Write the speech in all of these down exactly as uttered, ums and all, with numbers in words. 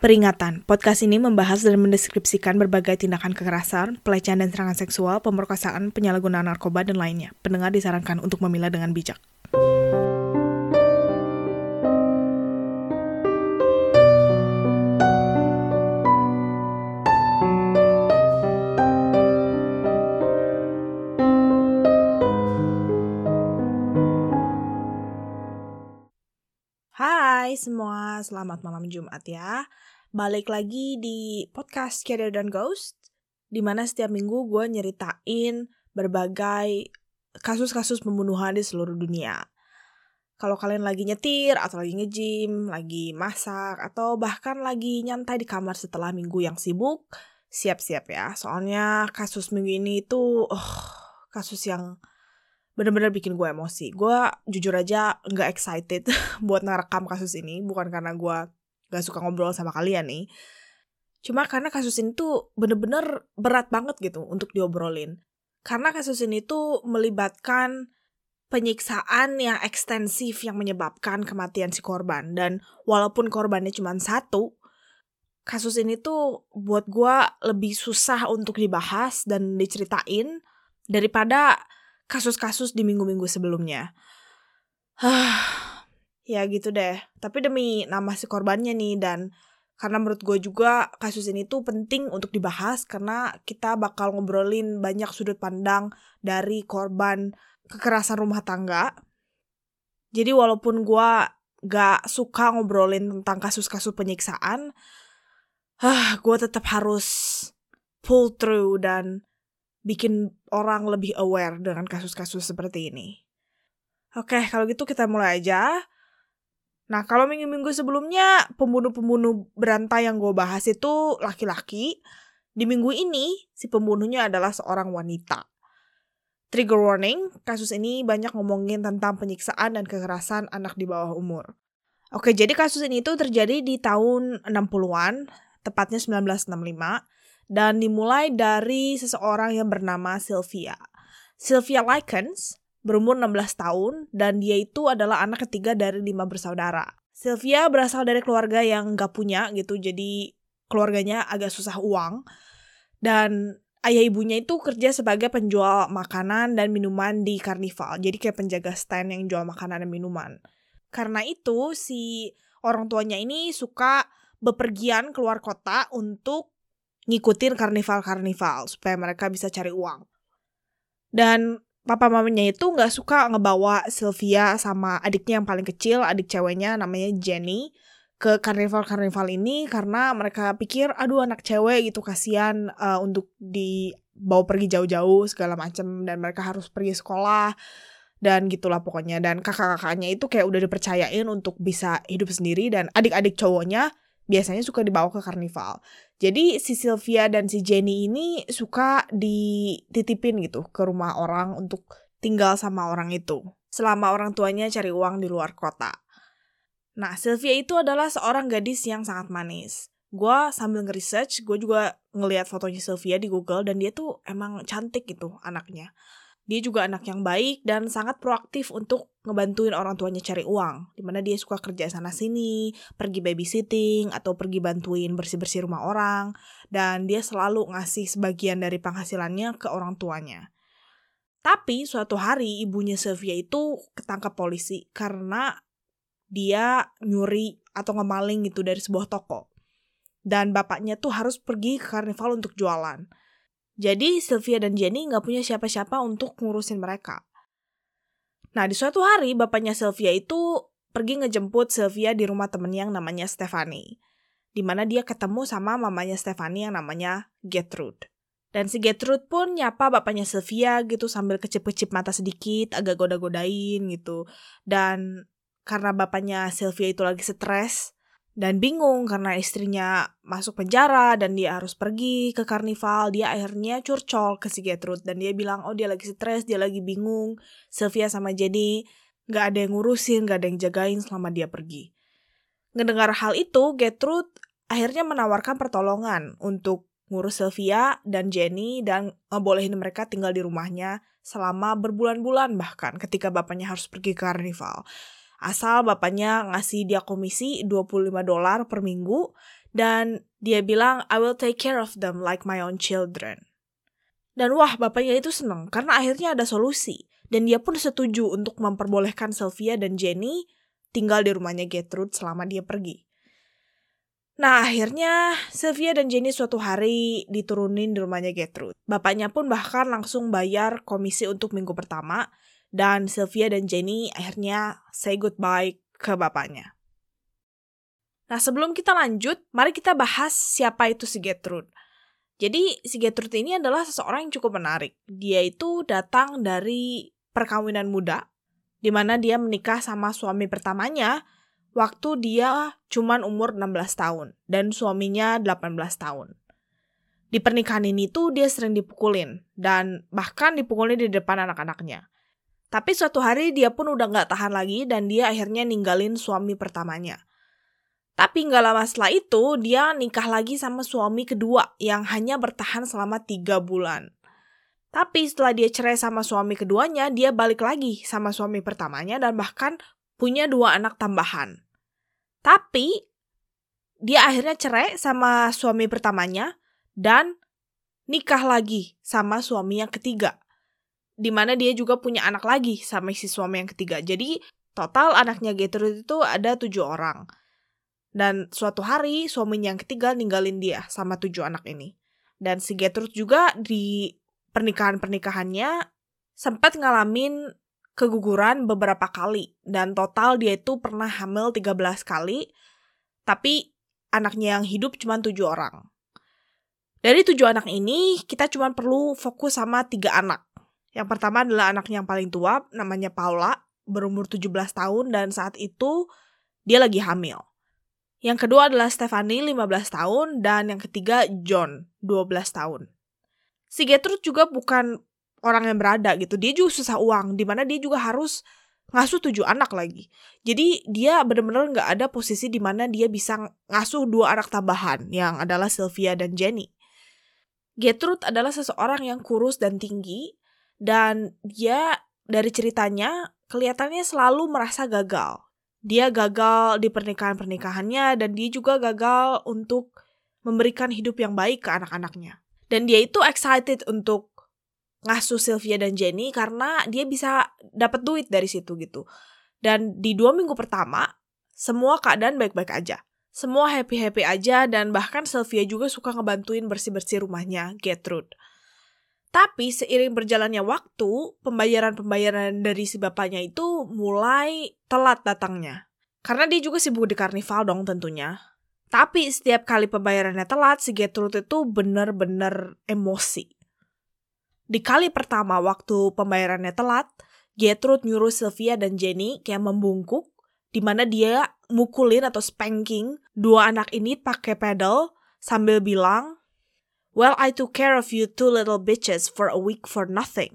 Peringatan, podcast ini membahas dan mendeskripsikan berbagai tindakan kekerasan, pelecehan dan serangan seksual, pemerkosaan, penyalahgunaan narkoba, dan lainnya. Pendengar disarankan untuk memilah dengan bijak. Hai semua, selamat malam Jumat ya. Balik lagi di podcast Career dan Ghost, di mana setiap minggu gue nyeritain berbagai kasus-kasus pembunuhan di seluruh dunia. Kalau kalian lagi nyetir, atau lagi nge-gym, lagi masak, atau bahkan lagi nyantai di kamar setelah minggu yang sibuk, siap-siap ya. Soalnya kasus minggu ini itu oh, kasus yang bener-bener bikin gue emosi. Gue jujur aja gak excited buat ngerekam kasus ini. Bukan karena gue gak suka ngobrol sama kalian nih. Cuma karena kasus ini tuh bener-bener berat banget gitu untuk diobrolin. Karena kasus ini tuh melibatkan penyiksaan yang ekstensif yang menyebabkan kematian si korban. Dan walaupun korbannya cuma satu, kasus ini tuh buat gue lebih susah untuk dibahas dan diceritain daripada kasus-kasus di minggu-minggu sebelumnya. Ya gitu deh. Tapi demi nama si korbannya nih, dan karena menurut gue juga kasus ini tuh penting untuk dibahas karena kita bakal ngobrolin banyak sudut pandang dari korban kekerasan rumah tangga. Jadi walaupun gue gak suka ngobrolin tentang kasus-kasus penyiksaan, ah, gue tetap harus pull through dan bikin orang lebih aware dengan kasus-kasus seperti ini. Oke, kalau gitu kita mulai aja. Nah, kalau minggu-minggu sebelumnya pembunuh-pembunuh berantai yang gue bahas itu laki-laki. Di minggu ini, si pembunuhnya adalah seorang wanita. Trigger warning, kasus ini banyak ngomongin tentang penyiksaan dan kekerasan anak di bawah umur. Oke, jadi kasus ini tuh terjadi di tahun enam puluhan, tepatnya sembilan belas enam puluh lima. Dan dimulai dari seseorang yang bernama Sylvia. Sylvia Likens berumur enam belas tahun dan dia itu adalah anak ketiga dari lima bersaudara. Sylvia berasal dari keluarga yang gak punya gitu, jadi keluarganya agak susah uang. Dan ayah ibunya itu kerja sebagai penjual makanan dan minuman di karnival. Jadi kayak penjaga stand yang jual makanan dan minuman. Karena itu si orang tuanya ini suka bepergian keluar kota untuk ngikutin karnival-karnival supaya mereka bisa cari uang. Dan papa mamanya itu gak suka ngebawa Sylvia sama adiknya yang paling kecil, adik ceweknya namanya Jenny, ke karnival-karnival ini karena mereka pikir, aduh anak cewek gitu kasihan uh, untuk dibawa pergi jauh-jauh segala macem, dan mereka harus pergi sekolah dan gitulah pokoknya. Dan kakak-kakaknya itu kayak udah dipercayain untuk bisa hidup sendiri, dan adik-adik cowoknya biasanya suka dibawa ke karnival. Jadi si Sylvia dan si Jenny ini suka dititipin gitu ke rumah orang untuk tinggal sama orang itu selama orang tuanya cari uang di luar kota. Nah, Sylvia itu adalah seorang gadis yang sangat manis. Gue sambil nge-research, gue juga ngelihat fotonya Sylvia di Google, dan dia tuh emang cantik gitu anaknya. Dia juga anak yang baik dan sangat proaktif untuk ngebantuin orang tuanya cari uang. Dimana dia suka kerja sana-sini, pergi babysitting, atau pergi bantuin bersih-bersih rumah orang. Dan dia selalu ngasih sebagian dari penghasilannya ke orang tuanya. Tapi suatu hari ibunya Sylvia itu ketangkap polisi karena dia nyuri atau ngemaling gitu dari sebuah toko. Dan bapaknya tuh harus pergi ke karnival untuk jualan. Jadi Sylvia dan Jenny gak punya siapa-siapa untuk ngurusin mereka. Nah, di suatu hari bapaknya Sylvia itu pergi ngejemput Sylvia di rumah temennya yang namanya Stephanie. Dimana dia ketemu sama mamanya Stephanie yang namanya Gertrude. Dan si Gertrude pun nyapa bapaknya Sylvia gitu sambil kecip-kecip mata sedikit, agak goda-godain gitu. Dan karena bapaknya Sylvia itu lagi stres dan bingung karena istrinya masuk penjara dan dia harus pergi ke karnival, dia akhirnya curcol ke si Gertrude dan dia bilang, oh dia lagi stres, dia lagi bingung, Sylvia sama Jenny gak ada yang ngurusin, gak ada yang jagain selama dia pergi. Ngedengar hal itu, Gertrude akhirnya menawarkan pertolongan untuk ngurus Sylvia dan Jenny dan ngebolehin mereka tinggal di rumahnya selama berbulan-bulan bahkan ketika bapaknya harus pergi ke karnival. Asal bapaknya ngasih dia komisi dua puluh lima dolar per minggu Dan dia bilang, I will take care of them like my own children. Dan wah, bapaknya itu seneng karena akhirnya ada solusi. Dan dia pun setuju untuk memperbolehkan Sylvia dan Jenny tinggal di rumahnya Gertrude selama dia pergi. Nah, akhirnya Sylvia dan Jenny suatu hari diturunin di rumahnya Gertrude. Bapaknya pun bahkan langsung bayar komisi untuk minggu pertama, dan Sylvia dan Jenny akhirnya say goodbye ke bapaknya. Nah, sebelum kita lanjut, mari kita bahas siapa itu si Gertrude. Jadi, si Gertrude ini adalah seseorang yang cukup menarik. Dia itu datang dari perkawinan muda, di mana dia menikah sama suami pertamanya waktu dia cuman umur enam belas tahun dan suaminya delapan belas tahun. Di pernikahan ini tuh dia sering dipukulin dan bahkan dipukulin di depan anak-anaknya. Tapi suatu hari dia pun udah gak tahan lagi dan dia akhirnya ninggalin suami pertamanya. Tapi gak lama setelah itu dia nikah lagi sama suami kedua yang hanya bertahan selama tiga bulan. Tapi setelah dia cerai sama suami keduanya, dia balik lagi sama suami pertamanya dan bahkan punya dua anak tambahan. Tapi dia akhirnya cerai sama suami pertamanya dan nikah lagi sama suami yang ketiga. Dimana dia juga punya anak lagi sama si suami yang ketiga. Jadi total anaknya Gertrude itu ada tujuh orang. Dan suatu hari suaminya yang ketiga ninggalin dia sama tujuh anak ini. Dan si Gertrude juga di pernikahan-pernikahannya sempat ngalamin keguguran beberapa kali. Dan total dia itu pernah hamil tiga belas kali. Tapi anaknya yang hidup cuma tujuh orang. Dari tujuh anak ini kita cuma perlu fokus sama tiga anak. Yang pertama adalah anaknya yang paling tua, namanya Paula, berumur tujuh belas tahun dan saat itu dia lagi hamil. Yang kedua adalah Stephanie, lima belas tahun, dan yang ketiga John, dua belas tahun. Si Gertrude juga bukan orang yang berada gitu, dia juga susah uang, dimana dia juga harus ngasuh tujuh anak lagi. Jadi dia benar-benar gak ada posisi dimana dia bisa ngasuh dua anak tambahan, yang adalah Sylvia dan Jenny. Gertrude adalah seseorang yang kurus dan tinggi, dan dia dari ceritanya kelihatannya selalu merasa gagal. Dia gagal di pernikahan-pernikahannya dan dia juga gagal untuk memberikan hidup yang baik ke anak-anaknya. Dan dia itu excited untuk ngasuh Sylvia dan Jenny karena dia bisa dapat duit dari situ gitu. Dan di dua minggu pertama, semua keadaan baik-baik aja. Semua happy-happy aja dan bahkan Sylvia juga suka ngebantuin bersih-bersih rumahnya Gertrude. Tapi seiring berjalannya waktu, pembayaran-pembayaran dari si bapaknya itu mulai telat datangnya. Karena dia juga sibuk di karnival dong tentunya. Tapi setiap kali pembayarannya telat, si Gertrude itu bener-bener emosi. Di kali pertama waktu pembayarannya telat, Gertrude nyuruh Sylvia dan Jenny kayak membungkuk, di mana dia mukulin atau spanking dua anak ini pakai pedal sambil bilang, "Well, I took care of you two little bitches for a week for nothing."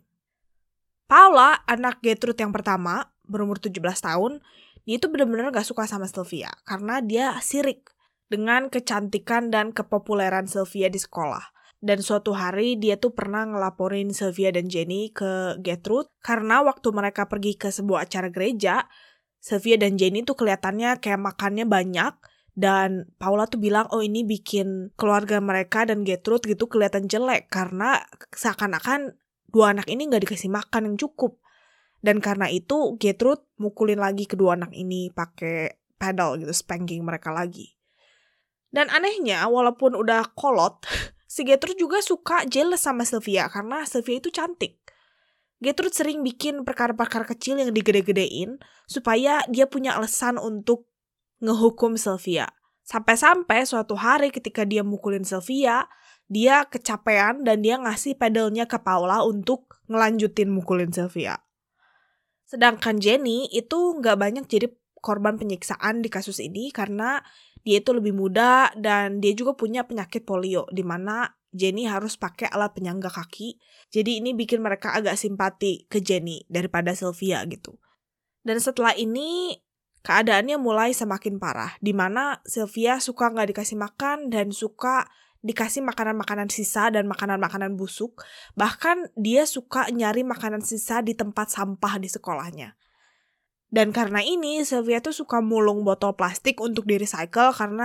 Paula, anak Gertrude yang pertama, berumur tujuh belas tahun, dia itu benar-benar gak suka sama Sylvia karena dia sirik dengan kecantikan dan kepopuleran Sylvia di sekolah. Dan suatu hari dia tuh pernah ngelaporin Sylvia dan Jenny ke Gertrude karena waktu mereka pergi ke sebuah acara gereja, Sylvia dan Jenny tuh kelihatannya kayak makannya banyak. Dan Paula tuh bilang, oh ini bikin keluarga mereka dan Gertrude gitu kelihatan jelek karena seakan-akan dua anak ini gak dikasih makan yang cukup. Dan karena itu Gertrude mukulin lagi kedua anak ini pakai pedal gitu, spanking mereka lagi. Dan anehnya walaupun udah kolot, si Gertrude juga suka jealous sama Sylvia karena Sylvia itu cantik. Gertrude sering bikin perkara-perkara kecil yang digede-gedein supaya dia punya alasan untuk ngehukum Sylvia. Sampai-sampai suatu hari ketika dia mukulin Sylvia, dia kecapean dan dia ngasih pedalnya ke Paula untuk ngelanjutin mukulin Sylvia. Sedangkan Jenny itu gak banyak jadi korban penyiksaan di kasus ini karena dia itu lebih muda dan dia juga punya penyakit polio, di mana Jenny harus pakai alat penyangga kaki. Jadi ini bikin mereka agak simpati ke Jenny daripada Sylvia gitu. Dan setelah ini keadaannya mulai semakin parah, di mana Sylvia suka nggak dikasih makan dan suka dikasih makanan-makanan sisa dan makanan-makanan busuk. Bahkan dia suka nyari makanan sisa di tempat sampah di sekolahnya. Dan karena ini Sylvia tuh suka mulung botol plastik untuk di-recycle karena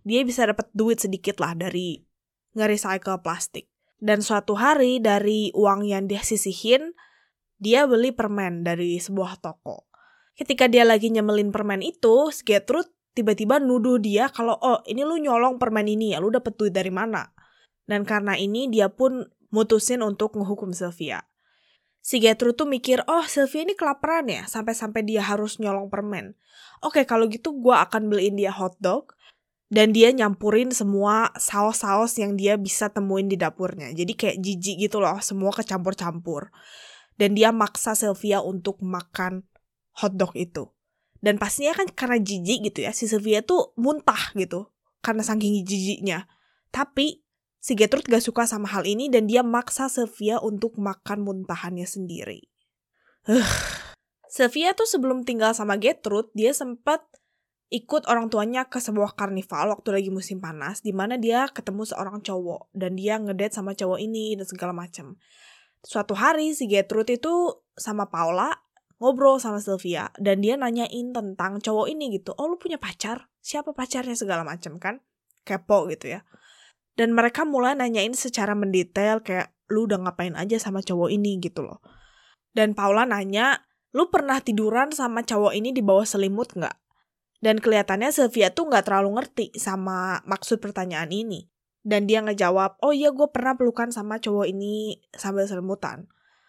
dia bisa dapat duit sedikit lah dari nge-recycle plastik. Dan suatu hari dari uang yang dia sisihin, dia beli permen dari sebuah toko. Ketika dia lagi nyemelin permen itu, Gertrude tiba-tiba nuduh dia kalau, oh ini lu nyolong permen ini ya, lu dapet duit dari mana? Dan karena ini dia pun mutusin untuk ngehukum Sylvia. Si Gertrude tuh mikir, oh Sylvia ini kelaparan ya, sampai-sampai dia harus nyolong permen. Oke, kalau gitu gue akan beliin dia hotdog, dan dia nyampurin semua saus-saus yang dia bisa temuin di dapurnya. Jadi kayak jijik gitu loh, semua kecampur-campur. Dan dia maksa Sylvia untuk makan hotdog itu. Dan pastinya kan karena jijik gitu ya, si Sylvia tuh muntah gitu, karena saking jijiknya. Tapi si Gertrude gak suka sama hal ini dan dia maksa Sylvia untuk makan muntahannya sendiri. Uh. Sylvia tuh sebelum tinggal sama Gertrude, dia sempat ikut orang tuanya ke sebuah karnival waktu lagi musim panas, di mana dia ketemu seorang cowok dan dia ngedate sama cowok ini dan segala macam. Suatu hari si Gertrude itu sama Paula ngobrol sama Sylvia dan dia nanyain tentang cowok ini gitu. Oh, lu punya pacar? Siapa pacarnya segala macam kan? Kepo gitu ya. Dan mereka mulai nanyain secara mendetail kayak, lu udah ngapain aja sama cowok ini gitu loh. Dan Paula nanya, lu pernah tiduran sama cowok ini di bawah selimut gak? Dan kelihatannya Sylvia tuh gak terlalu ngerti sama maksud pertanyaan ini. Dan dia ngejawab, oh iya gue pernah pelukan sama cowok ini sambil selimutan.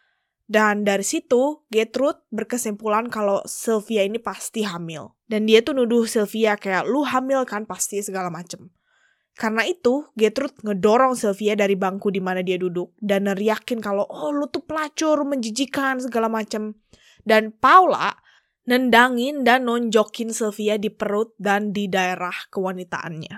Dan dari situ, Gertrude berkesimpulan kalau Sylvia ini pasti hamil. Dan dia tuh nuduh Sylvia kayak, lu hamil kan pasti segala macem. Karena itu, Gertrude ngedorong Sylvia dari bangku di mana dia duduk dan neriakin kalau oh lu tuh pelacur, menjijikan segala macam. Dan Paula nendangin dan nonjokin Sylvia di perut dan di daerah kewanitaannya.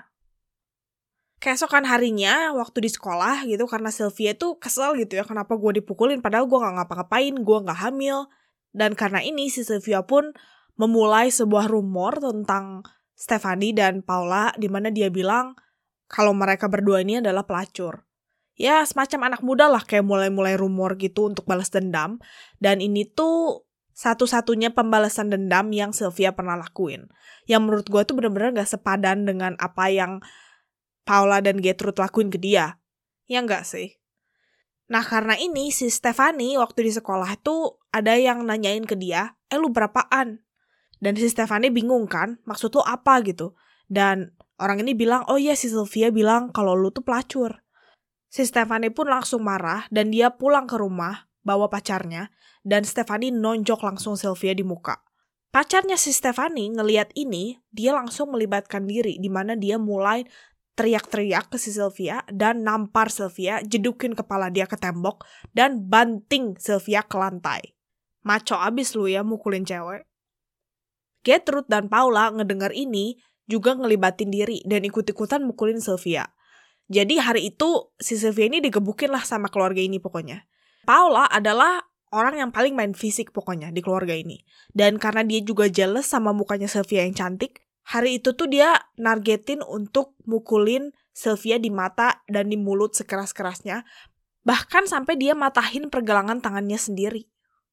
Keesokan harinya waktu di sekolah gitu, karena Sylvia tuh kesel gitu ya, kenapa gue dipukulin padahal gue gak ngapa-ngapain, gue gak hamil. Dan karena ini si Sylvia pun memulai sebuah rumor tentang Stephanie dan Paula di mana dia bilang kalau mereka berdua ini adalah pelacur. Ya, semacam anak muda lah kayak mulai-mulai rumor gitu untuk balas dendam. Dan ini tuh satu-satunya pembalasan dendam yang Sylvia pernah lakuin. Yang menurut gue tuh bener-bener gak sepadan dengan apa yang Paula dan Gertrude lakuin ke dia. Ya enggak sih? Nah, karena ini si Stephanie waktu di sekolah tuh ada yang nanyain ke dia, eh lu berapaan? Dan si Stephanie bingung kan, maksud lu apa gitu. Dan orang ini bilang, oh iya si Sylvia bilang kalau lu tuh pelacur. Si Stephanie pun langsung marah dan dia pulang ke rumah bawa pacarnya dan Stephanie nonjok langsung Sylvia di muka. Pacarnya si Stephanie ngelihat ini, dia langsung melibatkan diri di mana dia mulai teriak-teriak ke si Sylvia dan nampar Sylvia, jedukin kepala dia ke tembok dan banting Sylvia ke lantai. Maco abis lu ya mukulin cewek. Gertrude dan Paula ngedengar ini juga ngelibatin diri dan ikut-ikutan mukulin Sylvia. Jadi hari itu si Sylvia ini digebukin lah sama keluarga ini pokoknya. Paula adalah orang yang paling main fisik pokoknya di keluarga ini. Dan karena dia juga jealous sama mukanya Sylvia yang cantik, hari itu tuh dia nargetin untuk mukulin Sylvia di mata dan di mulut sekeras-kerasnya. Bahkan sampai dia matahin pergelangan tangannya sendiri.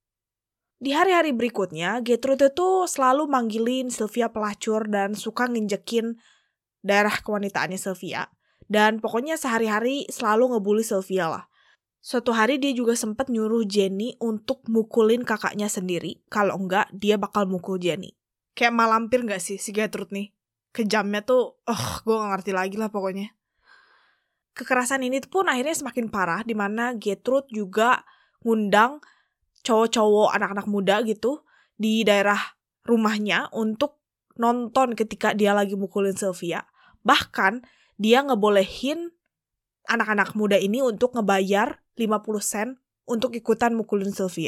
Di hari-hari berikutnya, Gertrude tuh selalu manggilin Sylvia pelacur dan suka nginjekin daerah kewanitaannya Sylvia. Dan pokoknya sehari-hari selalu ngebully Sylvia lah. Suatu hari dia juga sempat nyuruh Jenny untuk mukulin kakaknya sendiri. Kalau enggak, dia bakal mukul Jenny. Kayak malampir gak sih si Gertrude nih? Kejamnya tuh, oh gue gak ngerti lagi lah pokoknya. Kekerasan ini pun akhirnya semakin parah, dimana Gertrude juga ngundang cowok-cowok anak-anak muda gitu di daerah rumahnya untuk nonton ketika dia lagi mukulin Sylvia. Bahkan dia ngebolehin anak-anak muda ini untuk ngebayar lima puluh sen untuk ikutan mukulin Sylvia.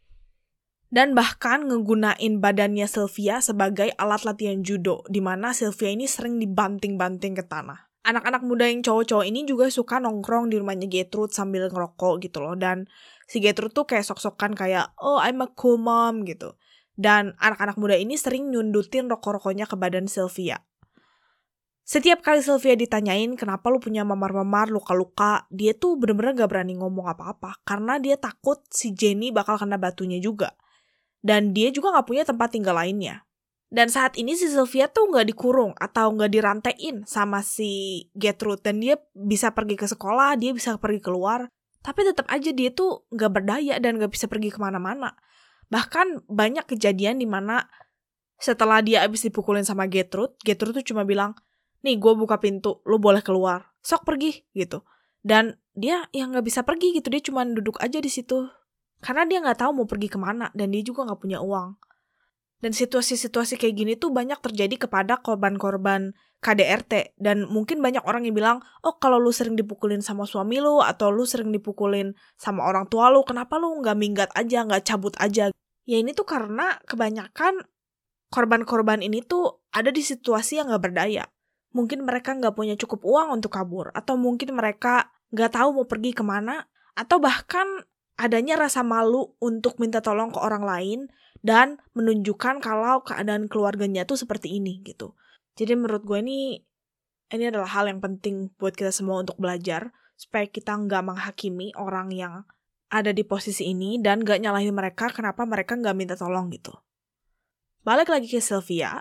Dan bahkan ngegunain badannya Sylvia sebagai alat latihan judo, di mana Sylvia ini sering dibanting-banting ke tanah. Anak-anak muda yang cowok-cowok ini juga suka nongkrong di rumahnya Gertrude sambil ngerokok gitu loh. Dan si Gertrude tuh kayak sok-sokan kayak, oh I'm a cool mom gitu. Dan anak-anak muda ini sering nyundutin rokok-rokoknya ke badan Sylvia. Setiap kali Sylvia ditanyain kenapa lu punya memar-memar, luka-luka, dia tuh bener-bener gak berani ngomong apa-apa. Karena dia takut si Jenny bakal kena batunya juga. Dan dia juga gak punya tempat tinggal lainnya. Dan saat ini si Sylvia tuh nggak dikurung atau nggak dirantain sama si Gertrude. Dan dia bisa pergi ke sekolah, dia bisa pergi keluar. Tapi tetap aja dia tuh nggak berdaya dan nggak bisa pergi kemana-mana. Bahkan banyak kejadian di mana setelah dia abis dipukulin sama Gertrude, Gertrude tuh cuma bilang, nih gue buka pintu, lu boleh keluar, sok pergi gitu. Dan dia yang nggak bisa pergi gitu, dia cuma duduk aja di situ. Karena dia nggak tahu mau pergi kemana dan dia juga nggak punya uang. Dan situasi-situasi kayak gini tuh banyak terjadi kepada korban-korban K D R T. Dan mungkin banyak orang yang bilang, oh kalau lu sering dipukulin sama suami lu, atau lu sering dipukulin sama orang tua lu, kenapa lu gak minggat aja, gak cabut aja? Ya ini tuh karena kebanyakan korban-korban ini tuh ada di situasi yang gak berdaya. Mungkin mereka gak punya cukup uang untuk kabur, atau mungkin mereka gak tahu mau pergi kemana, atau bahkan adanya rasa malu untuk minta tolong ke orang lain, dan menunjukkan kalau keadaan keluarganya tuh seperti ini gitu. Jadi menurut gue ini, ini adalah hal yang penting buat kita semua untuk belajar, supaya kita nggak menghakimi orang yang ada di posisi ini, dan nggak nyalahin mereka kenapa mereka nggak minta tolong gitu. Balik lagi ke Sylvia,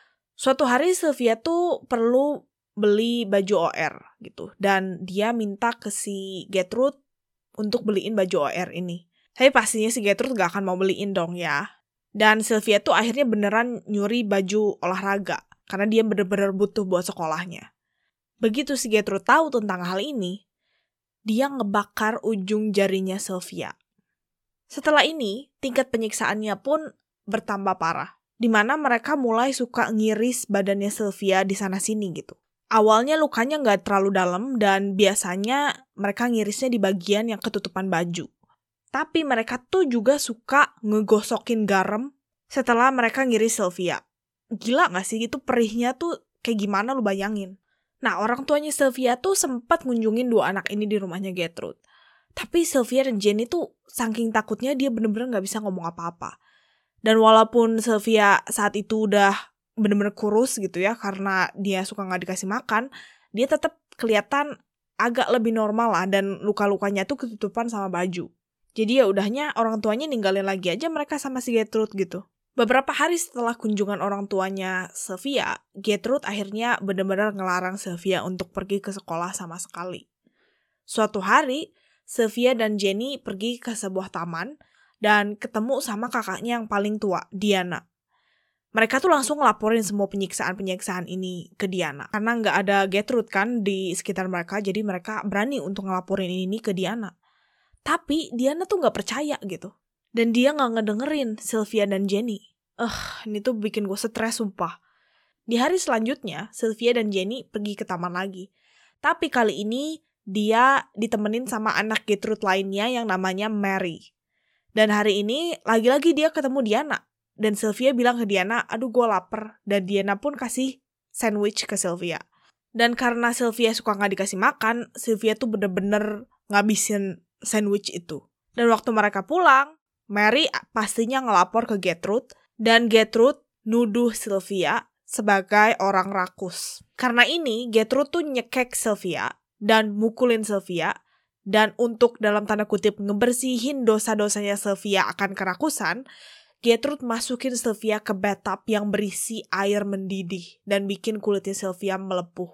suatu hari Sylvia tuh perlu beli baju O R gitu, dan dia minta ke si Gertrude untuk beliin baju O R ini. Tapi pastinya si Gertrude gak akan mau beliin dong ya. Dan Sylvia tuh akhirnya beneran nyuri baju olahraga, karena dia bener-bener butuh buat sekolahnya. Begitu si Gertrude tahu tentang hal ini, dia ngebakar ujung jarinya Sylvia. Setelah ini, tingkat penyiksaannya pun bertambah parah, dimana mereka mulai suka ngiris badannya Sylvia di sana-sini gitu. Awalnya lukanya nggak terlalu dalam dan biasanya mereka ngirisnya di bagian yang ketutupan baju. Tapi mereka tuh juga suka ngegosokin garam setelah mereka ngiris Sylvia. Gila gak sih? Itu perihnya tuh kayak gimana lu bayangin. Nah, orang tuanya Sylvia tuh sempat ngunjungin dua anak ini di rumahnya Gertrude. Tapi Sylvia dan Jenny tuh saking takutnya dia bener-bener gak bisa ngomong apa-apa. Dan walaupun Sylvia saat itu udah bener-bener kurus gitu ya, karena dia suka gak dikasih makan, dia tetap kelihatan agak lebih normal lah, dan luka-lukanya tuh ketutupan sama baju. Jadi ya udahnya orang tuanya ninggalin lagi aja mereka sama si Gertrude gitu. Beberapa hari setelah kunjungan orang tuanya Sylvia, Gertrude akhirnya benar-benar ngelarang Sylvia untuk pergi ke sekolah sama sekali. Suatu hari, Sylvia dan Jenny pergi ke sebuah taman dan ketemu sama kakaknya yang paling tua, Diana. Mereka tuh langsung ngelaporin semua penyiksaan-penyiksaan ini ke Diana. Karena nggak ada Gertrude kan di sekitar mereka, jadi mereka berani untuk ngelaporin ini ke Diana. Tapi Diana tuh gak percaya gitu. Dan dia gak ngedengerin Sylvia dan Jenny. Eh, uh, ini tuh bikin gue stres sumpah. Di hari selanjutnya, Sylvia dan Jenny pergi ke taman lagi. Tapi kali ini, dia ditemenin sama anak Gertrude lainnya yang namanya Mary. Dan hari ini, lagi-lagi dia ketemu Diana. Dan Sylvia bilang ke Diana, aduh gue lapar. Dan Diana pun kasih sandwich ke Sylvia. Dan karena Sylvia suka gak dikasih makan, Sylvia tuh bener-bener ngabisin sandwich itu. Dan waktu mereka pulang, Mary pastinya ngelapor ke Gertrude, dan Gertrude nuduh Sylvia sebagai orang rakus. Karena ini, Gertrude tuh nyekek Sylvia dan mukulin Sylvia, dan untuk dalam tanda kutip ngebersihin dosa-dosanya Sylvia akan kerakusan, Gertrude masukin Sylvia ke bathtub yang berisi air mendidih dan bikin kulitnya Sylvia melepuh.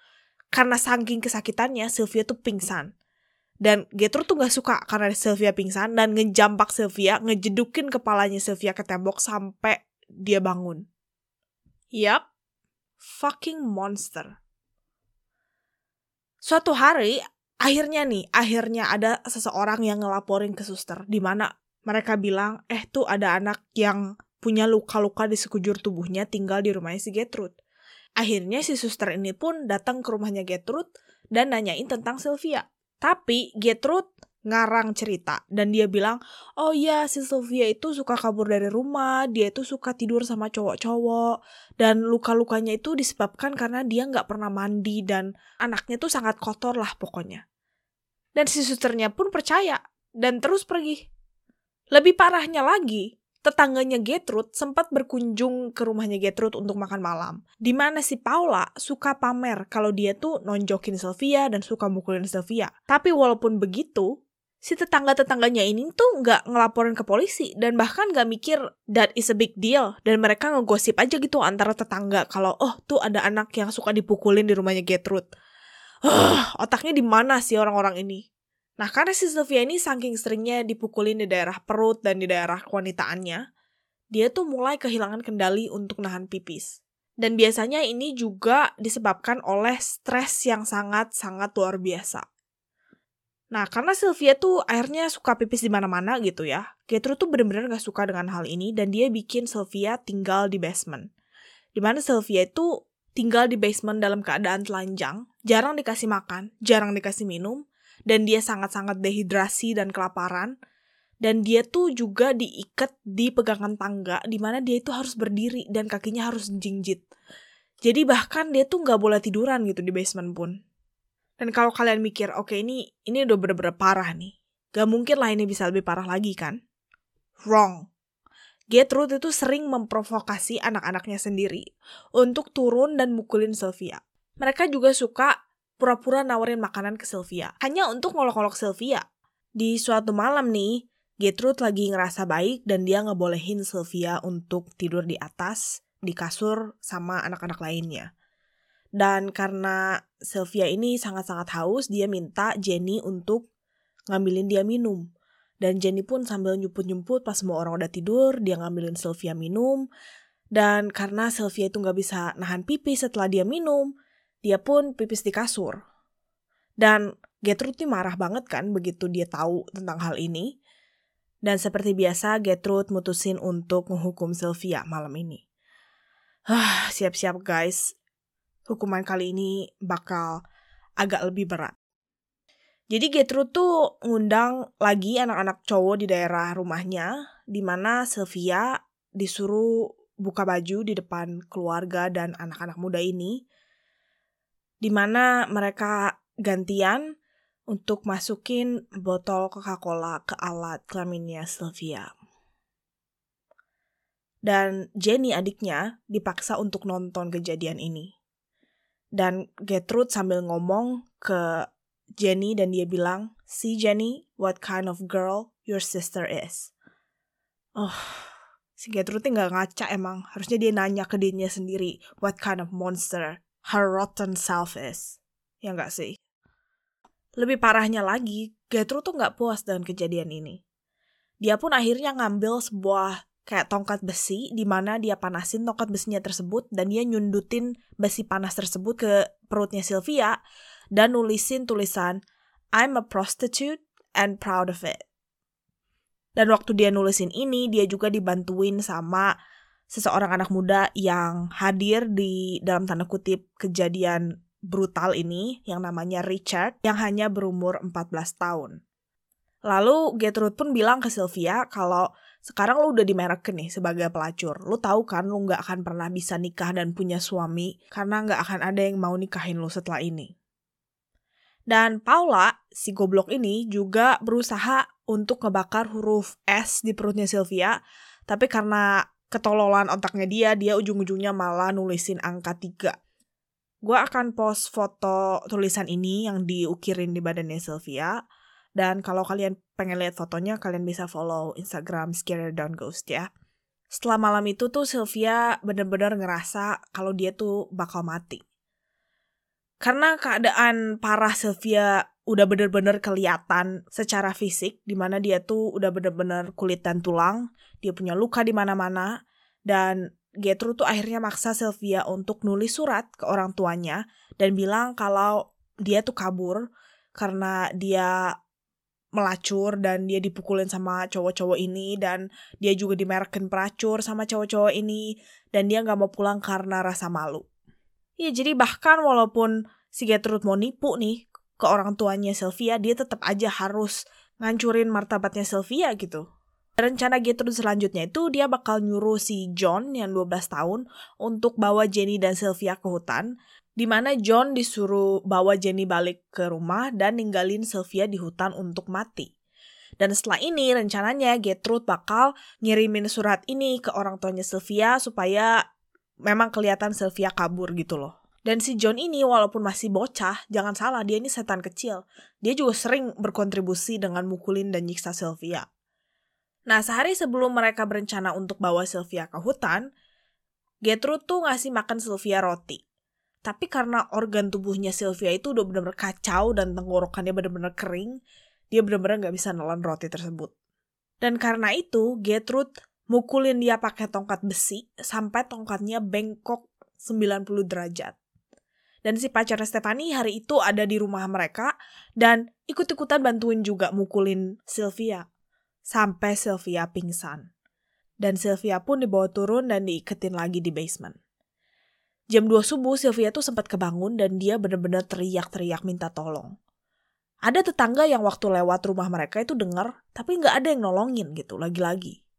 Karena saking kesakitannya, Sylvia tuh pingsan. Dan Gertrude tuh gak suka karena Sylvia pingsan dan ngejampak Sylvia, ngejedukin kepalanya Sylvia ke tembok sampai dia bangun. Yap, fucking monster. Suatu hari, akhirnya nih, akhirnya ada seseorang yang ngelaporin ke suster, di mana mereka bilang, eh tuh ada anak yang punya luka-luka di sekujur tubuhnya tinggal di rumahnya si Gertrude. Akhirnya si suster ini pun datang ke rumahnya Gertrude dan nanyain tentang Sylvia. Tapi Gertrude ngarang cerita dan dia bilang, oh iya si Sylvia itu suka kabur dari rumah, dia itu suka tidur sama cowok-cowok, dan luka-lukanya itu disebabkan karena dia gak pernah mandi dan anaknya tuh sangat kotor lah pokoknya. Dan si susternya pun percaya dan terus pergi. Lebih parahnya lagi, tetangganya Gertrude sempat berkunjung ke rumahnya Gertrude untuk makan malam. Di mana si Paula suka pamer kalau dia tuh nonjokin Sylvia dan suka mukulin Sylvia. Tapi walaupun begitu, si tetangga-tetangganya ini tuh nggak ngelaporin ke polisi dan bahkan nggak mikir that is a big deal, dan mereka ngegosip aja gitu antara tetangga kalau oh tuh ada anak yang suka dipukulin di rumahnya Gertrude. Uh, otaknya di mana sih orang-orang ini? Nah, karena si Sylvia ini saking seringnya dipukulin di daerah perut dan di daerah kewanitaannya, dia tuh mulai kehilangan kendali untuk nahan pipis. Dan biasanya ini juga disebabkan oleh stres yang sangat-sangat luar biasa. Nah, karena Sylvia tuh akhirnya suka pipis di mana-mana gitu ya. Gertrude tuh benar-benar gak suka dengan hal ini dan dia bikin Sylvia tinggal di basement. Dimana Sylvia itu tinggal di basement dalam keadaan telanjang, jarang dikasih makan, jarang dikasih minum, dan dia sangat-sangat dehidrasi dan kelaparan. Dan dia tuh juga diikat di pegangan tangga, dimana dia itu harus berdiri dan kakinya harus jinjit. Jadi bahkan dia tuh gak boleh tiduran gitu di basement pun. Dan kalau kalian mikir, oke okay, ini ini udah bener-bener parah nih. Gak mungkin lah ini bisa lebih parah lagi kan? Wrong. Gertrude itu sering memprovokasi anak-anaknya sendiri untuk turun dan mukulin Sylvia. Mereka juga suka pura-pura nawarin makanan ke Sylvia, hanya untuk ngolok-ngolok Sylvia. Di suatu malam nih, Gertrude lagi ngerasa baik dan dia ngebolehin Sylvia untuk tidur di atas, di kasur sama anak-anak lainnya. Dan karena Sylvia ini sangat-sangat haus, dia minta Jenny untuk ngambilin dia minum. Dan Jenny pun sambil nyumput-nyumput pas semua orang udah tidur, dia ngambilin Sylvia minum. Dan karena Sylvia itu gak bisa nahan pipis setelah dia minum, dia pun pipis di kasur. Dan Gertrude ini marah banget kan begitu dia tahu tentang hal ini. Dan seperti biasa, Gertrude mutusin untuk menghukum Sylvia malam ini. Hah, siap-siap guys. Hukuman kali ini bakal agak lebih berat. Jadi Gertrude tuh ngundang lagi anak-anak cowok di daerah rumahnya, di mana Sylvia disuruh buka baju di depan keluarga dan anak-anak muda ini, di mana mereka gantian untuk masukin botol Coca-Cola ke alat kelaminnya Sylvia. Dan Jenny adiknya dipaksa untuk nonton kejadian ini. Dan Gertrude sambil ngomong ke Jenny dan dia bilang, "See Jenny, what kind of girl your sister is." Oh, si Gertrude gak ngaca emang. Harusnya dia nanya ke dirinya sendiri, what kind of monster her rotten self is. Ya gak sih? Lebih parahnya lagi, Gertrude tuh gak puas dengan kejadian ini. Dia pun akhirnya ngambil sebuah kayak tongkat besi, di mana dia panasin tongkat besinya tersebut dan dia nyundutin besi panas tersebut ke perutnya Sylvia dan nulisin tulisan I'm a prostitute and proud of it. Dan waktu dia nulisin ini, dia juga dibantuin sama seseorang anak muda yang hadir di dalam tanda kutip kejadian brutal ini yang namanya Richard yang hanya berumur empat belas tahun. Lalu Gertrude pun bilang ke Sylvia kalau sekarang lu udah dimerekin nih sebagai pelacur. Lu tahu kan lu gak akan pernah bisa nikah dan punya suami karena gak akan ada yang mau nikahin lu setelah ini. Dan Paula, si goblok ini juga berusaha untuk ngebakar huruf S di perutnya Sylvia. Tapi karena ketololan otaknya dia, dia ujung-ujungnya malah nulisin angka tiga. Gue akan post foto tulisan ini yang diukirin di badannya Sylvia. Dan kalau kalian pengen lihat fotonya, kalian bisa follow Instagram Scary Don't Ghost ya. Setelah malam itu tuh Sylvia bener-bener ngerasa kalau dia tuh bakal mati. Karena keadaan parah Sylvia udah bener-bener kelihatan secara fisik, dimana dia tuh udah bener-bener kulit dan tulang, dia punya luka di mana-mana, dan Gertrude tuh akhirnya maksa Sylvia untuk nulis surat ke orang tuanya dan bilang kalau dia tuh kabur karena dia melacur dan dia dipukulin sama cowok-cowok ini dan dia juga dimerekin pelacur sama cowok-cowok ini dan dia gak mau pulang karena rasa malu. Ya jadi bahkan walaupun si Gertrude mau nipu nih ke orang tuanya Sylvia, dia tetap aja harus ngancurin martabatnya Sylvia gitu. Rencana Gertrude selanjutnya itu dia bakal nyuruh si John yang dua belas tahun untuk bawa Jenny dan Sylvia ke hutan, di mana John disuruh bawa Jenny balik ke rumah dan ninggalin Sylvia di hutan untuk mati. Dan setelah ini rencananya Gertrude bakal ngirimin surat ini ke orang tuanya Sylvia supaya memang kelihatan Sylvia kabur gitu loh. Dan si John ini walaupun masih bocah, jangan salah, dia ini setan kecil. Dia juga sering berkontribusi dengan mukulin dan nyiksa Sylvia. Nah, sehari sebelum mereka berencana untuk bawa Sylvia ke hutan, Gertrude tuh ngasih makan Sylvia roti. Tapi karena organ tubuhnya Sylvia itu udah bener-bener kacau dan tenggorokannya bener-bener kering, dia bener-bener gak bisa nelan roti tersebut. Dan karena itu, Gertrude mukulin dia pakai tongkat besi sampai tongkatnya bengkok sembilan puluh derajat. Dan si pacarnya Stephanie hari itu ada di rumah mereka dan ikut-ikutan bantuin juga mukulin Sylvia. Sampai Sylvia pingsan. Dan Sylvia pun dibawa turun dan diiketin lagi di basement. Jam dua subuh Sylvia tuh sempat kebangun dan dia bener-bener teriak-teriak minta tolong. Ada tetangga yang waktu lewat rumah mereka itu dengar, tapi nggak ada yang nolongin gitu lagi-lagi.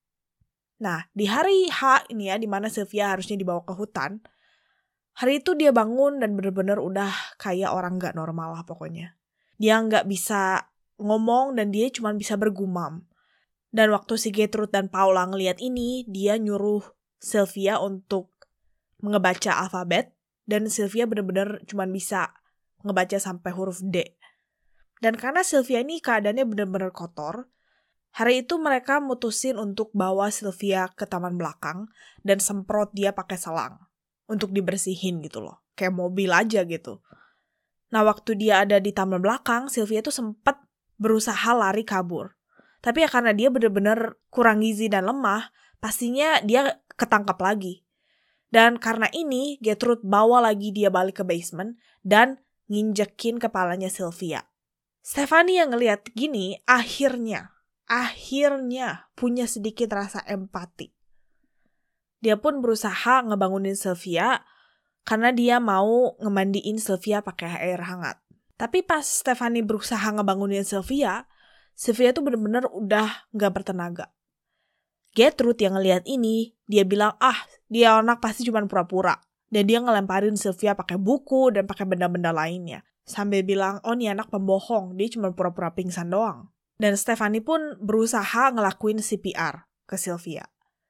Nah, di hari H ini ya, di mana Sylvia harusnya dibawa ke hutan, hari itu dia bangun dan bener-bener udah kayak orang nggak normal lah pokoknya. Dia nggak bisa ngomong dan dia cuma bisa bergumam. Dan waktu si Gertrude dan Paula ngeliat ini, dia nyuruh Sylvia untuk ngebaca alfabet, dan Sylvia bener-bener cuma bisa ngebaca sampai huruf D. Dan karena Sylvia ini keadaannya bener-bener kotor, hari itu mereka mutusin untuk bawa Sylvia ke taman belakang dan semprot dia pakai selang untuk dibersihin gitu loh, kayak mobil aja gitu. Nah, waktu dia ada di taman belakang, Sylvia tuh sempat berusaha lari kabur. Tapi ya karena dia bener-bener kurang gizi dan lemah, pastinya dia ketangkap lagi. Dan karena ini, Gertrude bawa lagi dia balik ke basement dan nginjekin kepalanya Sylvia. Stephanie yang ngeliat gini, akhirnya, akhirnya punya sedikit rasa empati. Dia pun berusaha ngebangunin Sylvia karena dia mau ngemandiin Sylvia pakai air hangat. Tapi pas Stephanie berusaha ngebangunin Sylvia, Sylvia tuh bener-bener udah gak bertenaga. Gertrude yang ngeliat ini, dia bilang, ah, dia anak pasti cuma pura-pura. Dan dia ngelemparin Sylvia pakai buku dan pakai benda-benda lainnya. Sambil bilang, oh nih anak pembohong, dia cuma pura-pura pingsan doang. Dan Stephanie pun berusaha ngelakuin C P R ke Sylvia.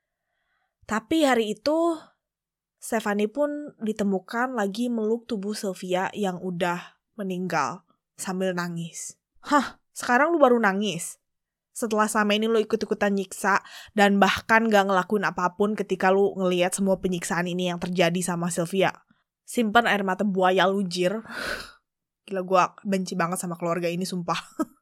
Tapi hari itu, Stephanie pun ditemukan lagi meluk tubuh Sylvia yang udah meninggal sambil nangis. Hah, sekarang lu baru nangis? Setelah selama ini lu ikut-ikutan nyiksa dan bahkan gak ngelakuin apapun ketika lu ngelihat semua penyiksaan ini yang terjadi sama Sylvia. Simpan air mata buaya lu, jir. Gila, gue benci banget sama keluarga ini, sumpah.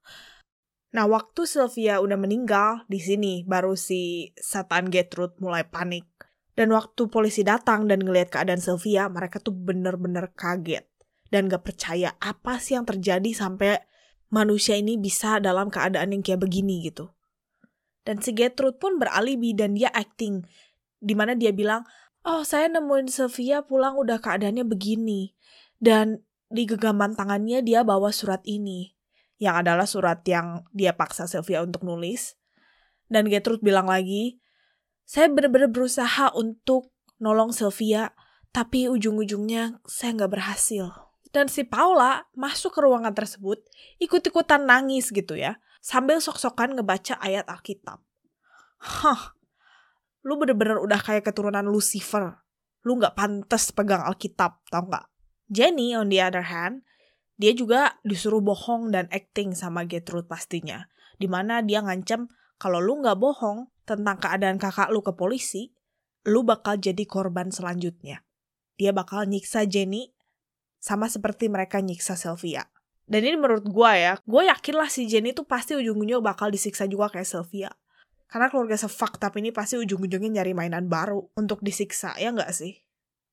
Nah, waktu Sylvia udah meninggal, di sini baru si setan Gertrude mulai panik. Dan waktu polisi datang dan ngelihat keadaan Sylvia, mereka tuh bener-bener kaget. Dan gak percaya apa sih yang terjadi sampai manusia ini bisa dalam keadaan yang kayak begini gitu. Dan si Gertrude pun beralibi dan dia acting. Dimana dia bilang, oh saya nemuin Sylvia pulang udah keadaannya begini. Dan di genggaman tangannya dia bawa surat ini. Yang adalah surat yang dia paksa Sylvia untuk nulis. Dan Gertrude bilang lagi, saya benar-benar berusaha untuk nolong Sylvia, tapi ujung-ujungnya saya nggak berhasil. Dan si Paula masuk ke ruangan tersebut, ikut-ikutan nangis gitu ya, sambil sok-sokan ngebaca ayat Alkitab. Hah, lu bener-bener udah kayak keturunan Lucifer. Lu gak pantas pegang Alkitab, tau gak? Jenny, on the other hand, dia juga disuruh bohong dan acting sama Gertrude pastinya. Dimana dia ngancam, kalau lu gak bohong tentang keadaan kakak lu ke polisi, lu bakal jadi korban selanjutnya. Dia bakal nyiksa Jenny, sama seperti mereka nyiksa Sylvia. Dan ini menurut gue ya, gue yakin lah si Jenny tuh pasti ujung-ujungnya bakal disiksa juga kayak Sylvia. Karena keluarga se-fucked up ini pasti ujung-ujungnya nyari mainan baru untuk disiksa, ya gak sih?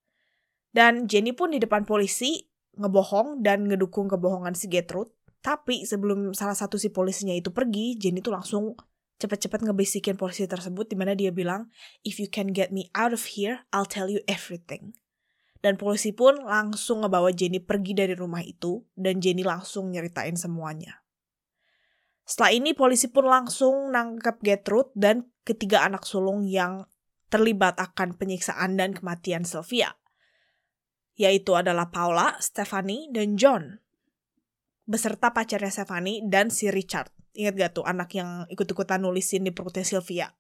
Dan Jenny pun di depan polisi ngebohong dan ngedukung kebohongan si Gertrude. Tapi sebelum salah satu si polisinya itu pergi, Jenny tuh langsung cepet-cepet ngebisikin polisi tersebut dimana dia bilang, if you can get me out of here, I'll tell you everything. Dan polisi pun langsung ngebawa Jenny pergi dari rumah itu, dan Jenny langsung nyeritain semuanya. Setelah ini polisi pun langsung nangkep Gertrude dan ketiga anak sulung yang terlibat akan penyiksaan dan kematian Sylvia. Yaitu adalah Paula, Stephanie, dan John. Beserta pacarnya Stephanie dan si Richard. Ingat gak tuh anak yang ikut-ikutan nulisin di perutnya Sylvia?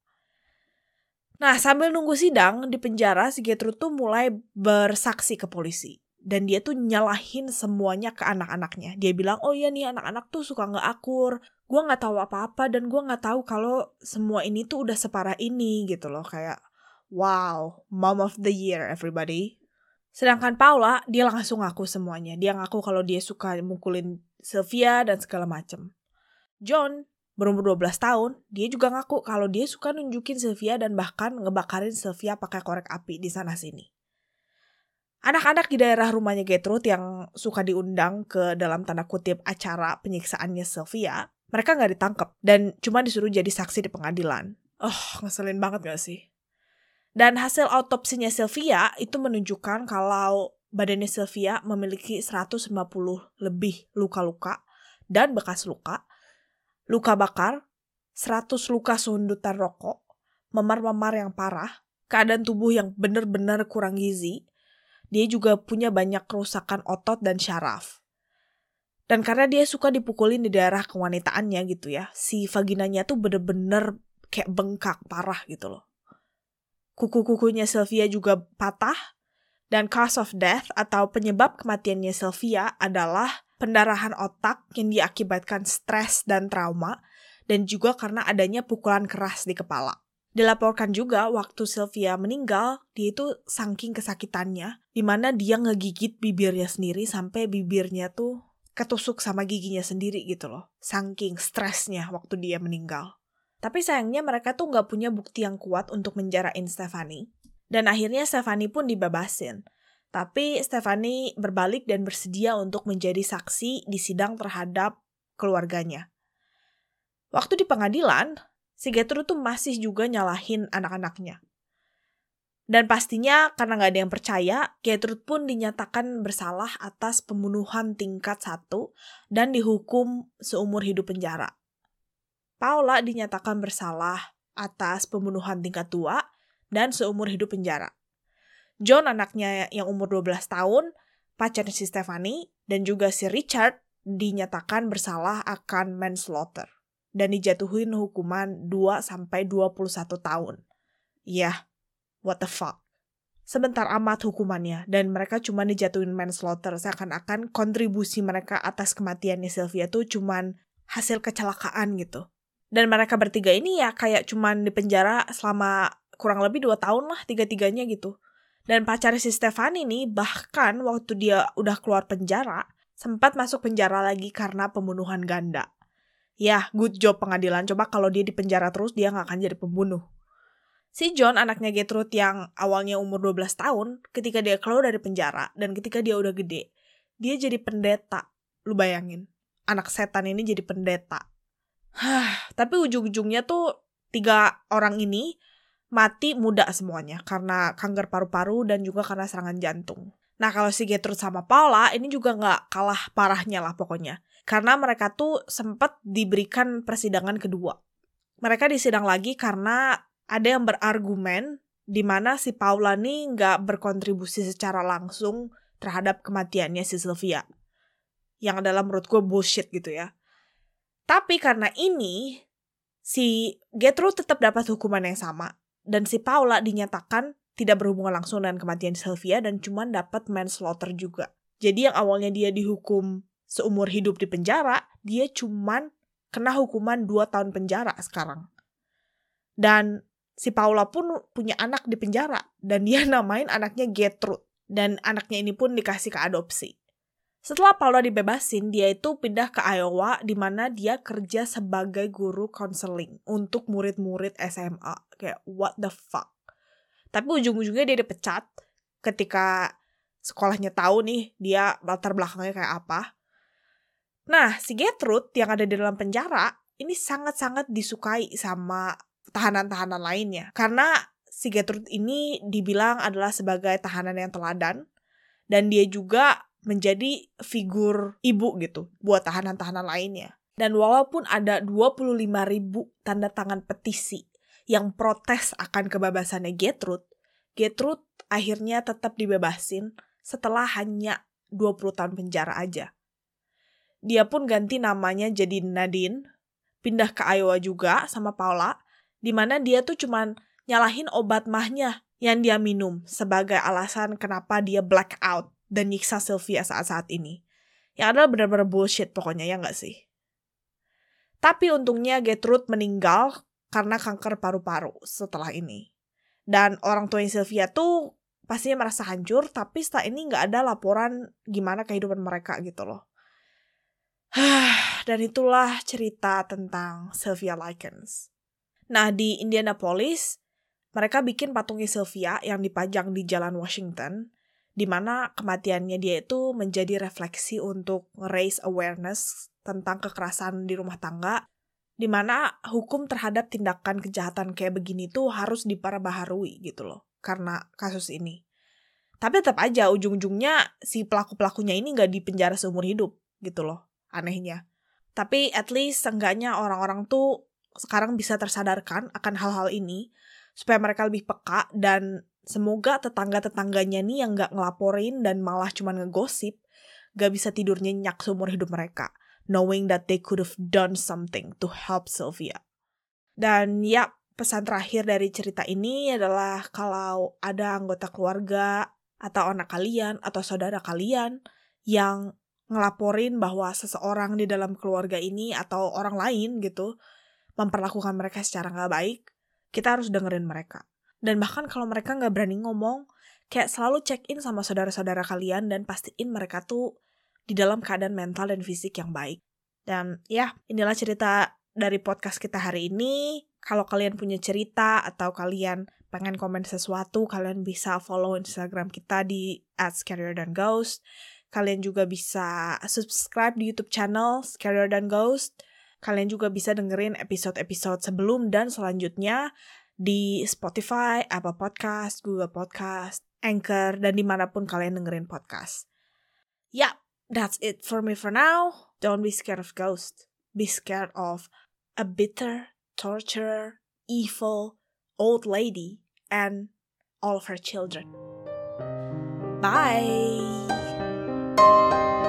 Nah, sambil nunggu sidang di penjara, si Gertrude tuh mulai bersaksi ke polisi. Dan dia tuh nyalahin semuanya ke anak-anaknya. Dia bilang, oh iya nih anak-anak tuh suka gak akur. Gue gak tahu apa-apa dan gue gak tahu kalau semua ini tuh udah separah ini gitu loh. Kayak, wow, mom of the year everybody. Sedangkan Paula, dia langsung ngaku semuanya. Dia ngaku kalau dia suka mukulin Sylvia dan segala macem. John, berumur dua belas tahun, dia juga ngaku kalau dia suka nunjukin Sylvia dan bahkan ngebakarin Sylvia pakai korek api di sana-sini. Anak-anak di daerah rumahnya Gertrude yang suka diundang ke dalam tanda kutip acara penyiksaannya Sylvia, mereka gak ditangkap dan cuma disuruh jadi saksi di pengadilan. Oh, ngeselin banget gak sih? Dan hasil autopsinya Sylvia itu menunjukkan kalau badannya Sylvia memiliki seratus lima puluh lebih luka-luka dan bekas luka, luka bakar, seratus luka sundutan rokok, memar-memar yang parah, keadaan tubuh yang benar-benar kurang gizi. Dia juga punya banyak kerusakan otot dan syaraf. Dan karena dia suka dipukulin di daerah kewanitaannya gitu ya, si vaginanya tuh bener-bener kayak bengkak parah gitu loh. Kuku-kukunya Sylvia juga patah, dan cause of death atau penyebab kematiannya Sylvia adalah pendarahan otak yang diakibatkan stres dan trauma, dan juga karena adanya pukulan keras di kepala. Dilaporkan juga waktu Sylvia meninggal, dia itu saking kesakitannya, di mana dia ngegigit bibirnya sendiri sampai bibirnya tuh ketusuk sama giginya sendiri gitu loh. Saking stresnya waktu dia meninggal. Tapi sayangnya mereka tuh nggak punya bukti yang kuat untuk menjarain Stephanie. Dan akhirnya Stephanie pun dibebasin. Tapi Stephanie berbalik dan bersedia untuk menjadi saksi di sidang terhadap keluarganya. Waktu di pengadilan, si Gertrude tuh masih juga nyalahin anak-anaknya. Dan pastinya karena gak ada yang percaya, Gertrude pun dinyatakan bersalah atas pembunuhan tingkat satu dan dihukum seumur hidup penjara. Paula dinyatakan bersalah atas pembunuhan tingkat dua dan seumur hidup penjara. John, anaknya yang umur dua belas tahun, pacarnya si Stephanie, dan juga si Richard dinyatakan bersalah akan manslaughter dan dijatuhin hukuman dua sampai dua puluh satu tahun. Yah, what the fuck. Sebentar amat hukumannya, dan mereka cuma dijatuhin manslaughter, seakan-akan kontribusi mereka atas kematiannya Sylvia tuh cuman hasil kecelakaan gitu. Dan mereka bertiga ini ya kayak cuman di penjara selama kurang lebih dua tahun lah tiga-tiganya gitu. Dan pacar si Stephanie nih bahkan waktu dia udah keluar penjara, sempat masuk penjara lagi karena pembunuhan ganda. Ya, good job pengadilan. Coba kalau dia di penjara terus, dia gak akan jadi pembunuh. Si John, anaknya Gertrude yang awalnya umur dua belas tahun, ketika dia keluar dari penjara, dan ketika dia udah gede, dia jadi pendeta. Lu bayangin, anak setan ini jadi pendeta. Hah, tapi ujung-ujungnya tuh tiga orang ini mati muda semuanya, karena kanker paru-paru dan juga karena serangan jantung. Nah, kalau si Gertrude sama Paula, ini juga gak kalah parahnya lah pokoknya. Karena mereka tuh sempat diberikan persidangan kedua. Mereka disidang lagi karena ada yang berargumen di mana si Paula nih nggak berkontribusi secara langsung terhadap kematiannya si Sylvia. Yang adalah menurut gue bullshit gitu ya. Tapi karena ini, si Gertrude tetap dapat hukuman yang sama. Dan si Paula dinyatakan tidak berhubungan langsung dengan kematian Sylvia dan cuma dapat manslaughter juga. Jadi yang awalnya dia dihukum seumur hidup di penjara, dia cuman kena hukuman dua tahun penjara sekarang. Dan si Paula pun punya anak di penjara, dan dia namain anaknya Gertrude. Dan anaknya ini pun dikasih ke adopsi. Setelah Paula dibebasin, dia itu pindah ke Iowa, di mana dia kerja sebagai guru konseling untuk murid-murid S M A. Kayak, what the fuck. Tapi ujung-ujungnya dia dipecat ketika sekolahnya tahu nih dia latar belakangnya kayak apa. Nah, si Gertrude yang ada di dalam penjara, ini sangat-sangat disukai sama tahanan-tahanan lainnya. Karena si Gertrude ini dibilang adalah sebagai tahanan yang teladan, dan dia juga menjadi figur ibu gitu buat tahanan-tahanan lainnya. Dan walaupun ada dua puluh lima ribu tanda tangan petisi yang protes akan kebebasannya Gertrude, Gertrude akhirnya tetap dibebasin setelah hanya dua puluh tahun penjara aja. Dia pun ganti namanya jadi Nadine, pindah ke Iowa juga sama Paula, di mana dia tuh cuman nyalahin obat mahnya yang dia minum sebagai alasan kenapa dia black out dan nyiksa Sylvia saat-saat ini. Yang adalah benar-benar bullshit pokoknya, ya nggak sih? Tapi untungnya Gertrude meninggal karena kanker paru-paru setelah ini. Dan orang tuanya Sylvia tuh pastinya merasa hancur, tapi setelah ini nggak ada laporan gimana kehidupan mereka gitu loh. Dan itulah cerita tentang Sylvia Likens. Nah, di Indianapolis, mereka bikin patungnya Sylvia yang dipajang di Jalan Washington, di mana kematiannya dia itu menjadi refleksi untuk raise awareness tentang kekerasan di rumah tangga, di mana hukum terhadap tindakan kejahatan kayak begini tuh harus diperbaharui gitu loh, karena kasus ini. Tapi tetap aja ujung-ujungnya si pelaku-pelakunya ini nggak dipenjara seumur hidup gitu loh, anehnya. Tapi at least seenggaknya orang-orang tuh sekarang bisa tersadarkan akan hal-hal ini, supaya mereka lebih peka, dan semoga tetangga-tetangganya nih yang gak ngelaporin dan malah cuma ngegosip, gak bisa tidur nyenyak seumur hidup mereka, knowing that they could have done something to help Sylvia. Dan ya, pesan terakhir dari cerita ini adalah kalau ada anggota keluarga, atau anak kalian, atau saudara kalian yang ngelaporin bahwa seseorang di dalam keluarga ini atau orang lain gitu memperlakukan mereka secara gak baik, kita harus dengerin mereka. Dan bahkan kalau mereka gak berani ngomong, kayak selalu check in sama saudara-saudara kalian dan pastiin mereka tuh di dalam keadaan mental dan fisik yang baik. Dan ya, inilah cerita dari podcast kita hari ini. Kalau kalian punya cerita atau kalian pengen komen sesuatu, kalian bisa follow Instagram kita di at scarier-than-ghost. Kalian juga bisa subscribe di YouTube channel Scarier-than-ghost. Kalian juga bisa dengerin episode-episode sebelum dan selanjutnya di Spotify, Apple Podcast, Google Podcast, Anchor, dan dimanapun kalian dengerin podcast. Yeah, that's it for me for now. Don't be scared of ghosts. Be scared of a bitter, torturer, evil, old lady, and all of her children. Bye!